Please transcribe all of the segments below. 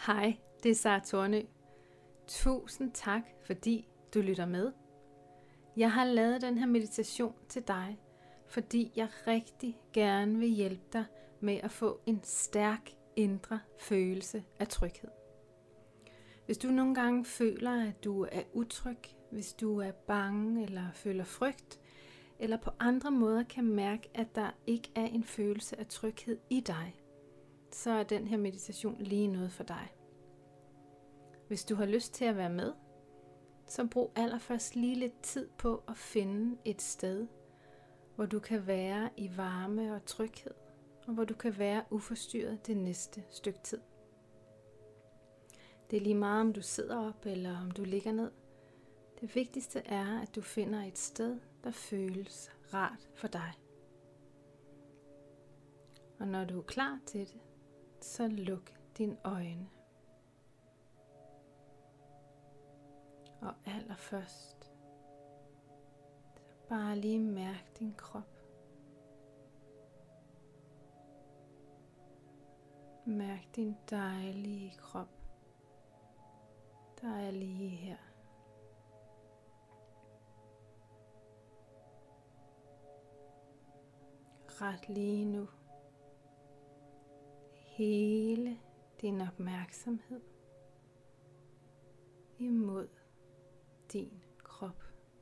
Hej, det er Sara Tornø. Tusind tak, fordi du lytter med. Jeg har lavet den her meditation til dig, fordi jeg rigtig gerne vil hjælpe dig med at få en stærk indre følelse af tryghed. Hvis du nogle gange føler, at du er utryg, hvis du er bange eller føler frygt, eller på andre måder kan mærke, at der ikke er en følelse af tryghed i dig, så er den her meditation lige noget for dig. Hvis du har lyst til at være med, så brug allerførst lige lidt tid på at finde et sted, hvor du kan være i varme og tryghed, og hvor du kan være uforstyrret det næste stykke tid. Det er lige meget, om du sidder op eller om du ligger ned. Det vigtigste er, at du finder et sted, der føles rart for dig. Og når du er klar til det, så luk dine øjne. Og allerførst, så bare lige mærk din krop. Mærk din dejlige krop, der er lige her. Ret lige nu hele din opmærksomhed imod din krop.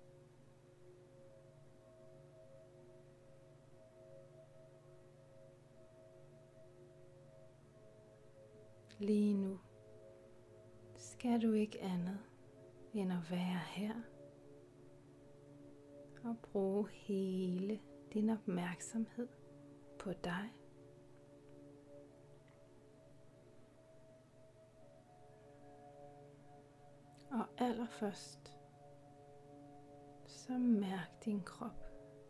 Lige nu skal du ikke andet end at være her og bruge hele din opmærksomhed på dig. Og allerførst, så mærk din krop.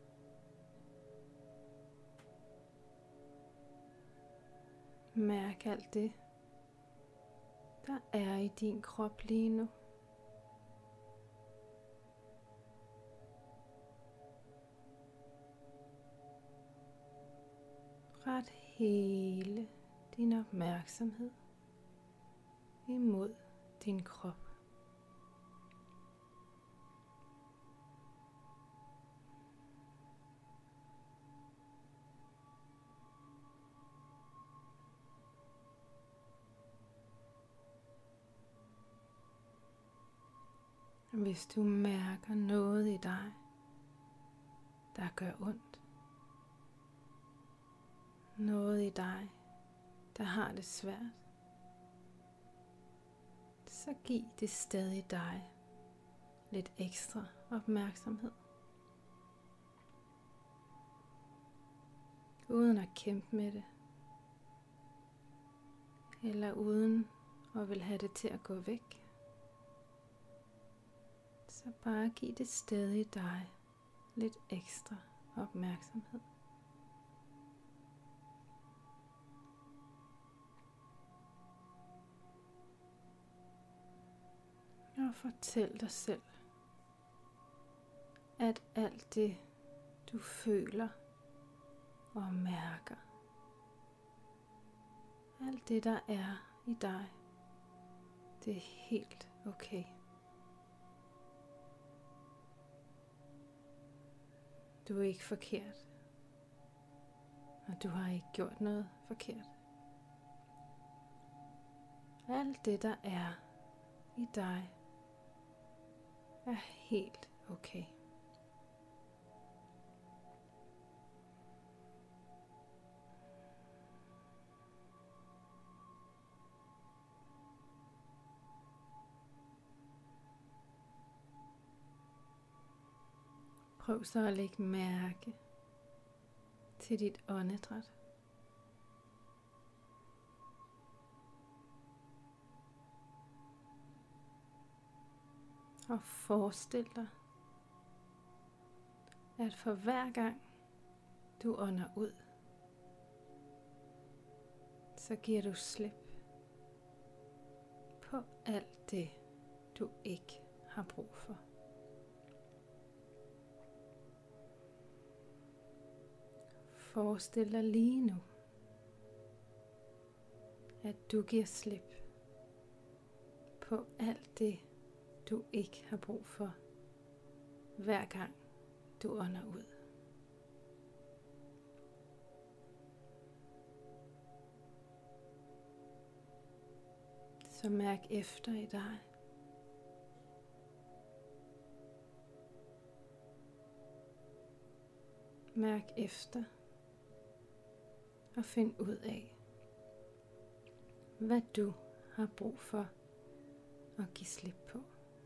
Mærk alt det, der er i din krop lige nu. Ret hele din opmærksomhed imod din krop. Hvis du mærker noget i dig, der gør ondt, noget i dig, der har det svært, så giv det stadig dig lidt ekstra opmærksomhed. Uden at kæmpe med det, eller uden at vil have det til at gå væk. Så bare giv det stadig dig lidt ekstra opmærksomhed. Og fortæl dig selv, at alt det du føler og mærker, alt det der er i dig, det er helt okay. Du er ikke forkert, og du har ikke gjort noget forkert. Alt det, der er i dig, er helt okay. Prøv så at lægge mærke til dit åndedræt. Og forestil dig, at for hver gang du ånder ud, så giver du slip på alt det, du ikke har brug for. Forestil dig lige nu, at du giver slip på alt det, du ikke har brug for, hver gang du ånder ud. Så mærk efter i dig. Mærk efter og find ud af, hvad du har brug for at give slip på.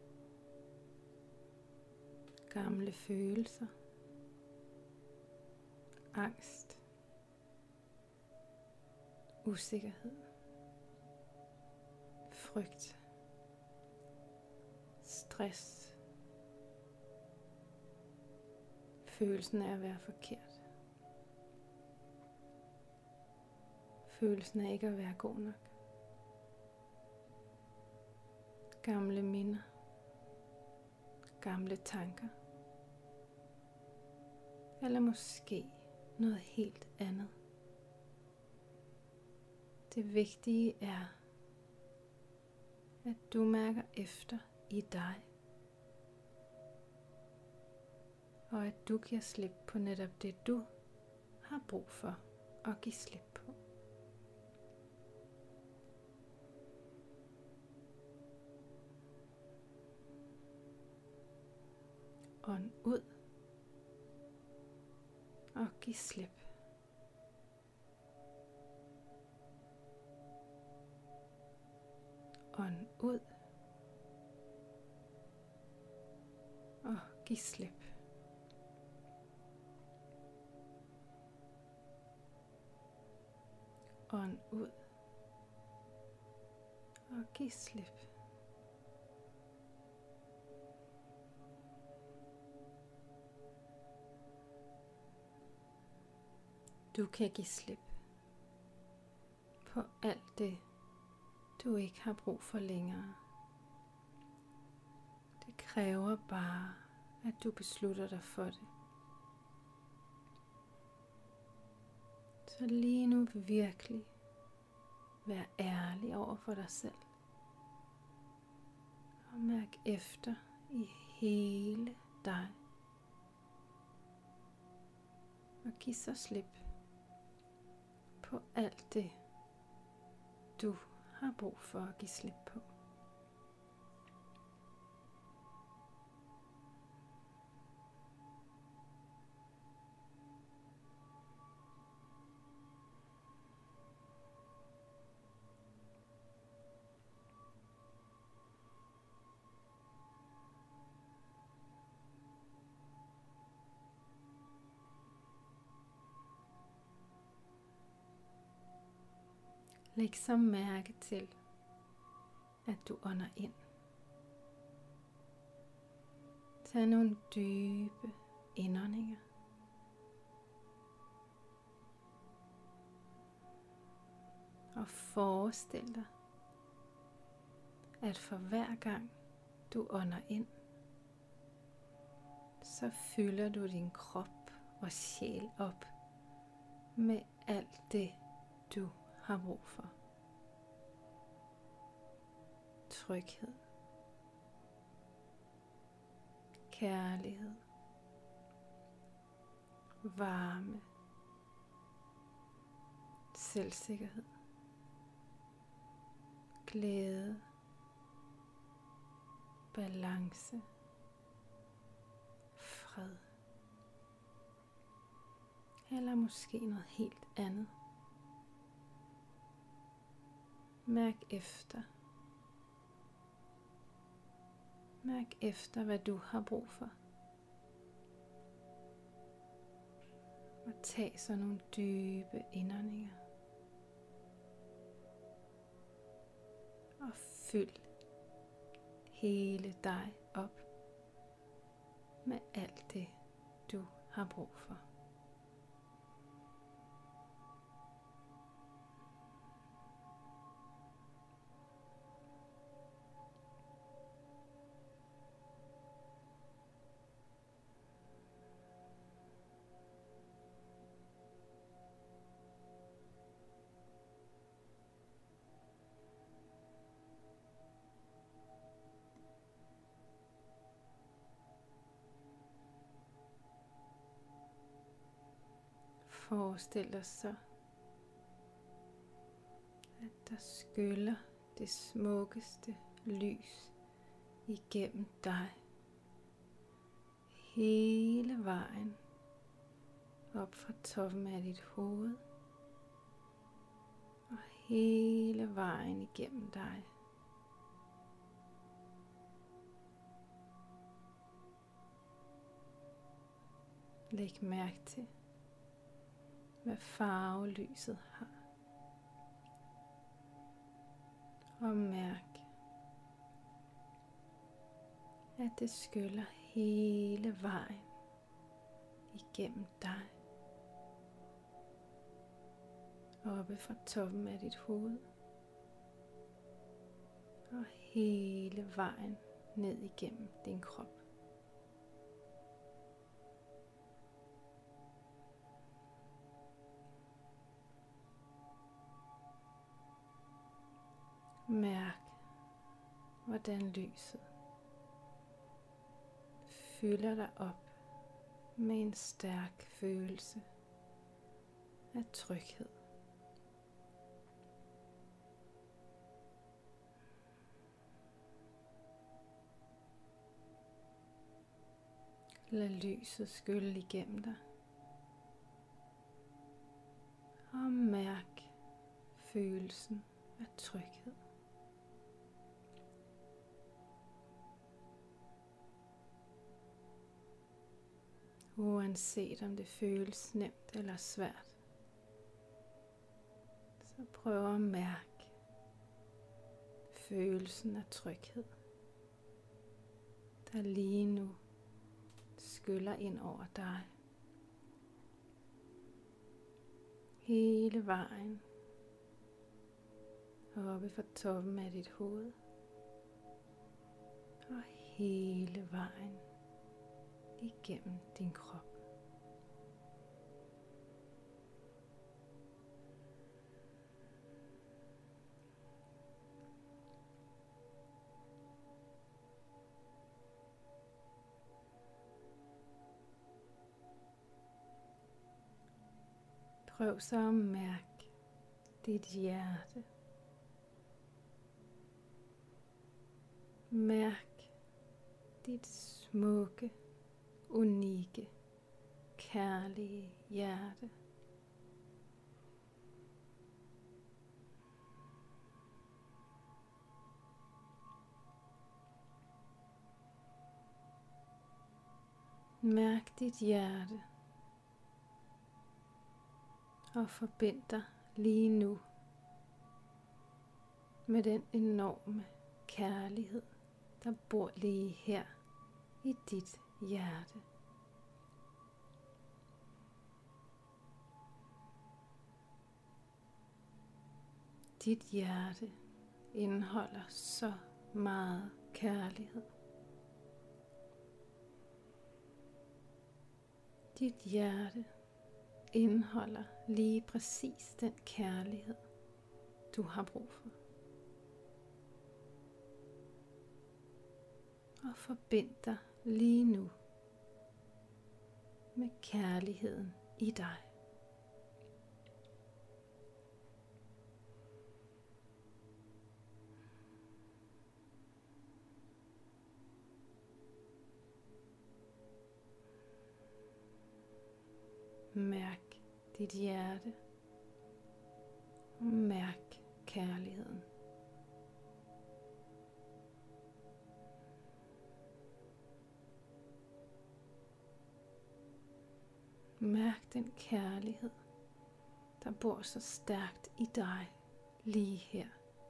Gamle følelser, angst, usikkerhed, frygt, stress, følelsen af at være forkert, følelsen af ikke at være god nok, gamle minder, gamle tanker, eller måske noget helt andet. Det vigtige er, at du mærker efter i dig, og at du giver slip på netop det, du har brug for at give slip på. Ånd ud og giv slip. Ånd ud og giv slip. Ånd ud og giv slip. Du kan give slip på alt det, du ikke har brug for længere. Det kræver bare, at du beslutter dig for det. Så lige nu virkelig vær ærlig over for dig selv. Og mærk efter i hele dig. Og giv så slip på alt det, du har brug for at give slip på. Læg så mærke til, at du ånder ind. Tag nogle dybe indåndinger. Og forestil dig, at for hver gang du ånder ind, så fylder du din krop og sjæl op med alt det, du har brug for. Tryghed, kærlighed, varme, selvsikkerhed, glæde, balance, fred, eller måske noget helt andet. Mærk efter. Mærk efter, hvad du har brug for. Og tag så nogle dybe indåndinger. Og fyld hele dig op med alt det, du har brug for. Forestil dig så, at der skyller det smukkeste lys igennem dig, hele vejen op fra toppen af dit hoved, og hele vejen igennem dig. Læg mærke til, hvad farve lyset har. Og mærk, at det skyller hele vejen igennem dig. Oppe fra toppen af dit hoved. Og hele vejen ned igennem din krop. Mærk, hvordan lyset fylder dig op med en stærk følelse af tryghed. Lad lyset skylle igennem dig. Og mærk følelsen af tryghed. Uanset om det føles nemt eller svært, så prøv at mærke følelsen af tryghed, der lige nu skyller ind over dig. Hele vejen oppe fra toppen af dit hoved og hele vejen igennem din krop. Prøv så at mærke dit hjerte. Mærk dit smukke, unikke, kærlige hjerte. Mærk dit hjerte og forbind dig lige nu med den enorme kærlighed, der bor lige her i dit hjerte. Dit hjerte indeholder så meget kærlighed. Dit hjerte indeholder lige præcis den kærlighed, du har brug for. Og forbind dig lige nu med kærligheden i dig. Mærk dit hjerte og mærk kærligheden. Mærk den kærlighed, der bor så stærkt i dig lige her.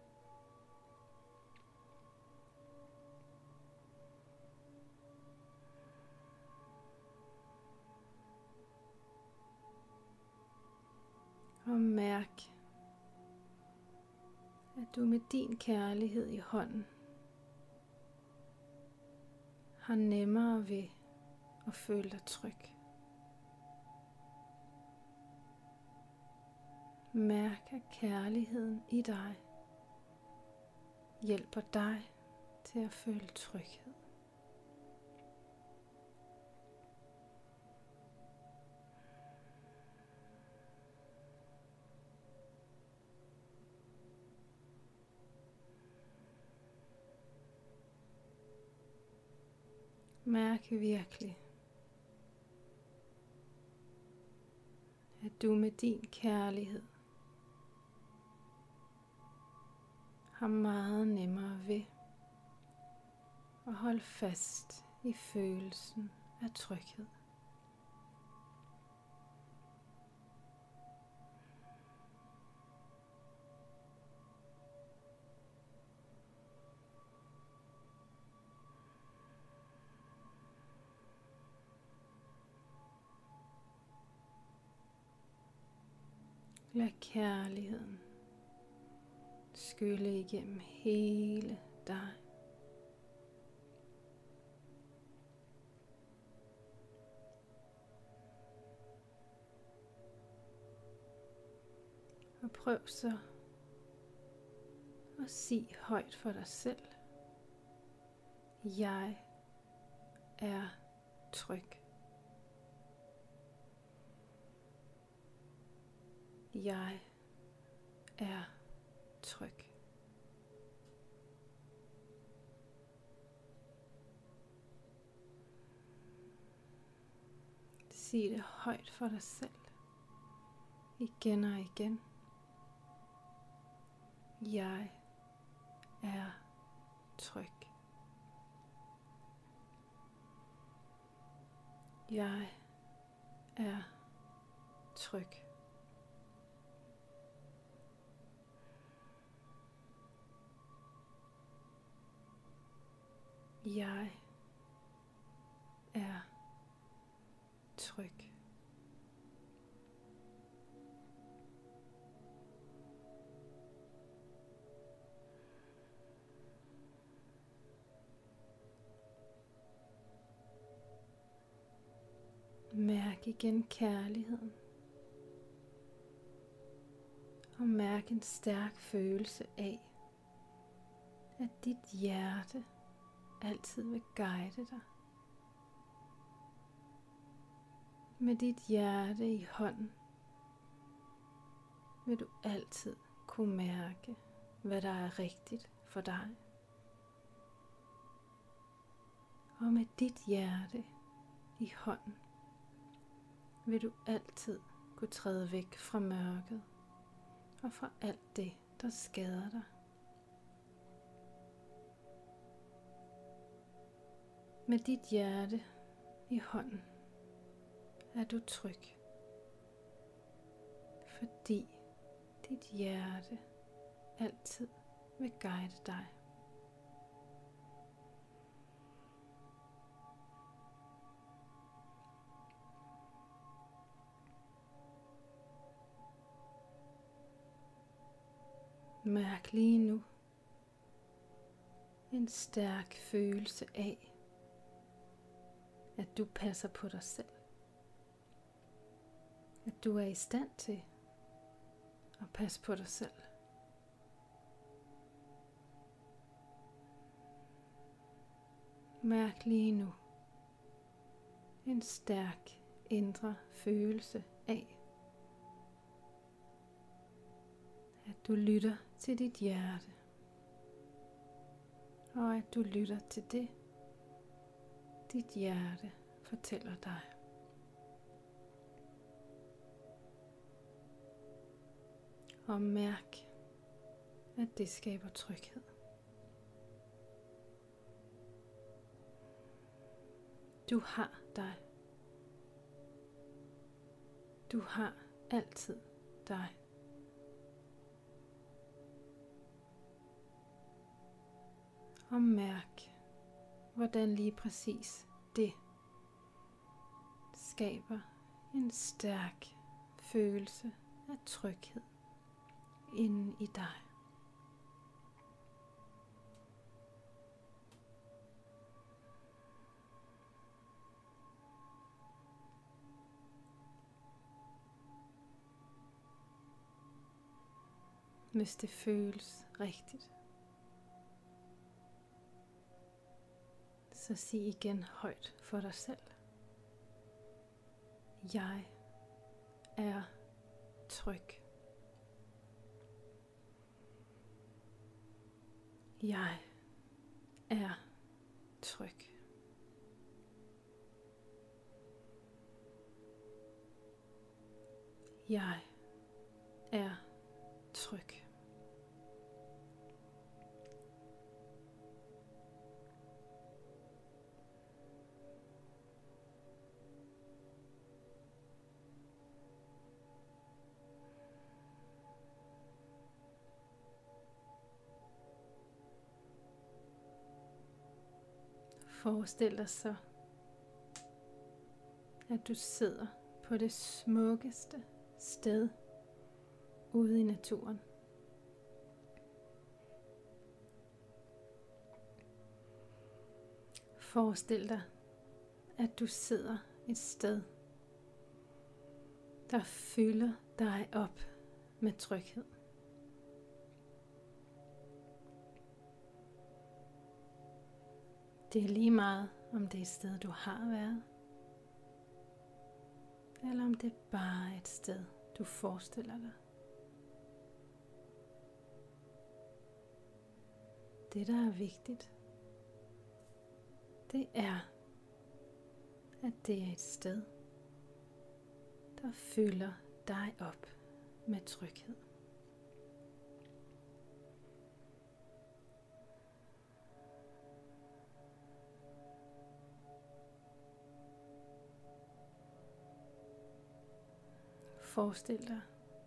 Og mærk, at du med din kærlighed i hånden har nemmere ved at føle dig tryg. Mærk, at kærligheden i dig hjælper dig til at føle tryghed. Mærk virkelig, at du med din kærlighed har meget nemmere ved at holde fast i følelsen af tryghed. Lad kærligheden skylle igennem hele dig. Og prøv så at sige højt for dig selv: Jeg er tryg. Jeg er tryg. Sig det højt for dig selv, igen og igen. Jeg er tryg. Jeg er tryg. Jeg er tryg. Mærk igen kærligheden. Og mærk en stærk følelse af, at dit hjerte altid vil guide dig. Med dit hjerte i hånden vil du altid kunne mærke, hvad der er rigtigt for dig. Og med dit hjerte i hånden vil du altid kunne træde væk fra mørket og fra alt det, der skader dig. Med dit hjerte i hånden er du tryg, fordi dit hjerte altid vil guide dig. Mærk lige nu en stærk følelse af, at du passer på dig selv. At du er i stand til at passe på dig selv. Mærk lige nu en stærk indre følelse af, at du lytter til dit hjerte, og at du lytter til det, dit hjerte fortæller dig. Og mærk, at det skaber tryghed. Du har dig. Du har altid dig. Og mærk, hvordan lige præcis det skaber en stærk følelse af tryghed inde i dig. Hvis det føles rigtigt, så sig igen højt for dig selv: Jeg er tryg. Jeg er tryg. Jeg er tryg. Forestil dig så, at du sidder på det smukkeste sted ude i naturen. Forestil dig, at du sidder et sted, der fylder dig op med tryghed. Det er lige meget, om det er et sted, du har været, eller om det bare er et sted, du forestiller dig. Det, der er vigtigt, det er, at det er et sted, der fylder dig op med tryghed. Forestil dig,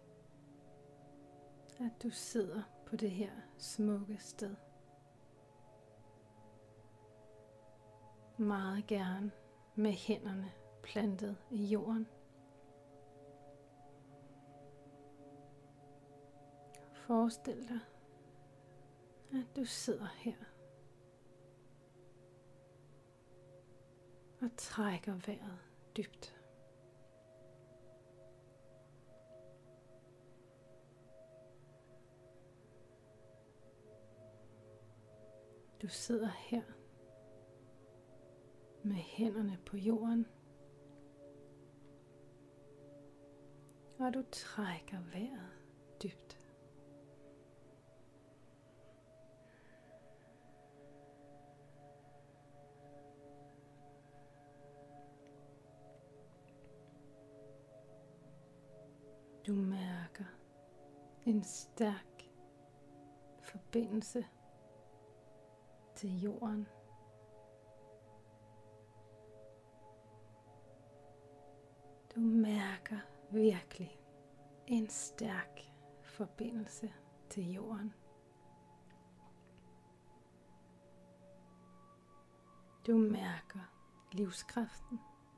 at du sidder på det her smukke sted. Meget gerne med hænderne plantet i jorden. Forestil dig, at du sidder her og trækker vejret dybt. Du sidder her med hænderne på jorden, og du trækker vejret dybt. Du mærker en stærk forbindelse til jorden. Du mærker virkelig en stærk forbindelse til jorden. Du mærker livskraften.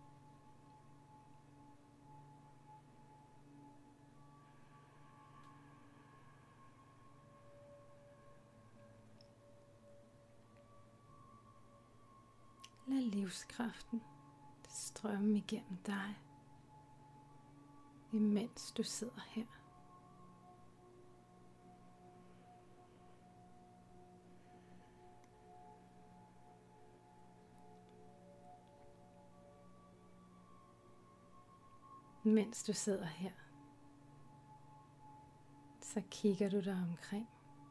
Lad livskraften strømme igennem dig, imens du sidder her. Mens du sidder her, så kigger du dig omkring,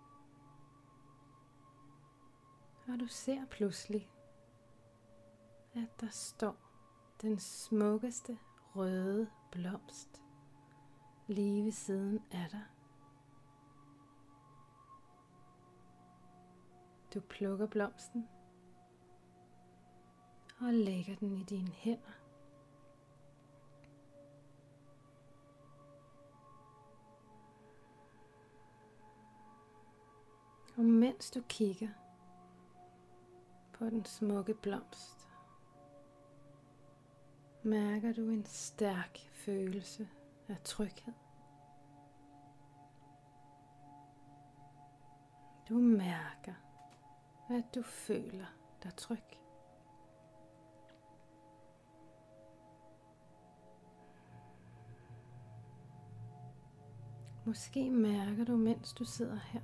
og du ser pludselig, at der står den smukkeste røde blomst lige ved siden af dig. Du plukker blomsten og lægger den i dine hænder. Og mens du kigger på den smukke blomst, mærker du en stærk følelse af tryghed. Du mærker, at du føler dig tryg. Måske mærker du, mens du sidder her,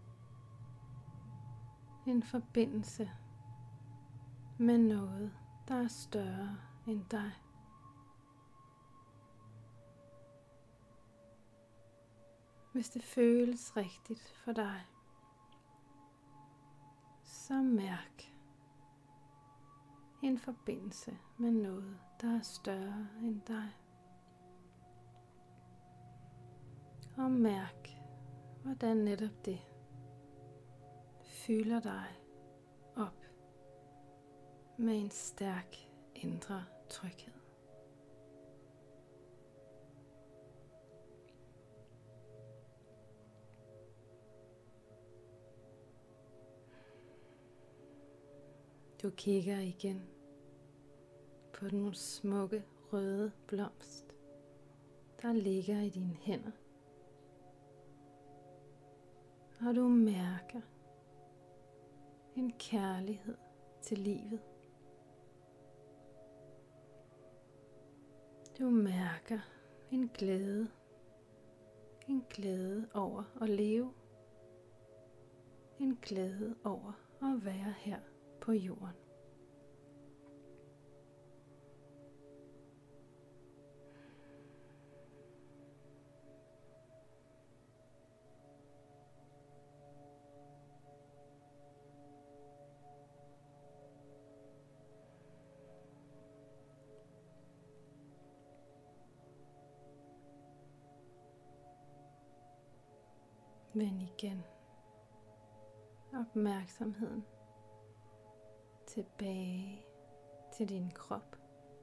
en forbindelse med noget, der er større end dig. Hvis det føles rigtigt for dig, så mærk en forbindelse med noget, der er større end dig. Og mærk, hvordan netop det fylder dig op med en stærk indre tryghed. Du kigger igen på den smukke røde blomst, der ligger i dine hænder. Og du mærker en kærlighed til livet. Du mærker en glæde over at leve, en glæde over at være her på jorden. Vend igen opmærksomheden tilbage til din krop.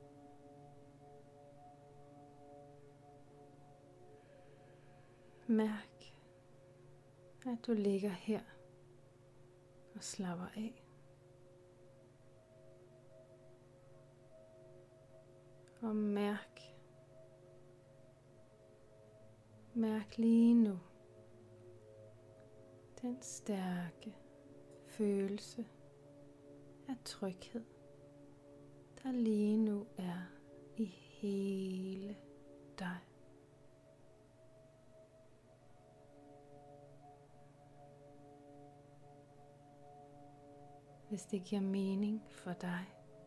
Mærk, at du ligger her og slapper af. Og mærk lige nu den stærke følelse af tryghed, der lige nu er i hele dig. Hvis det giver mening for dig,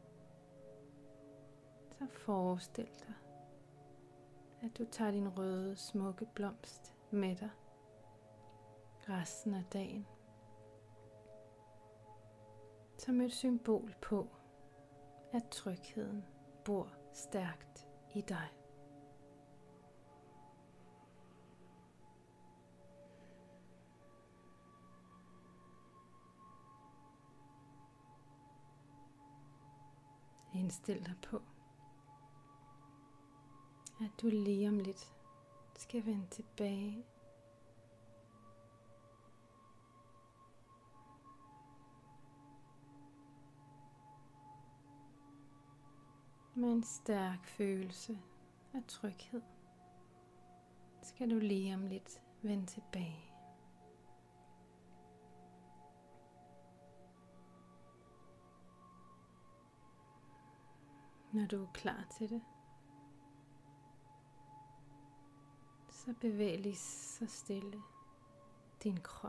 så forestil dig, at du tager din røde smukke blomst med dig resten af dagen, som et symbol på, at trygheden bor stærkt i dig. Indstil dig på, at du lige om lidt skal vende tilbage med en stærk følelse af tryghed. Skal du lige om lidt vende tilbage. Når du er klar til det, så bevæg lige så stille din krop.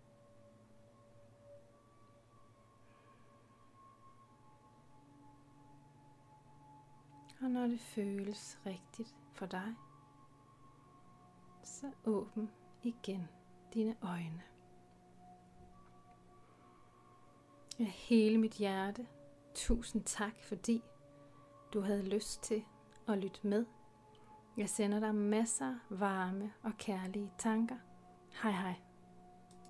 Og når det føles rigtigt for dig, så åbn igen dine øjne. Af hele mit hjerte, tusind tak, fordi du havde lyst til at lytte med. Jeg sender dig masser varme og kærlige tanker. Hej hej.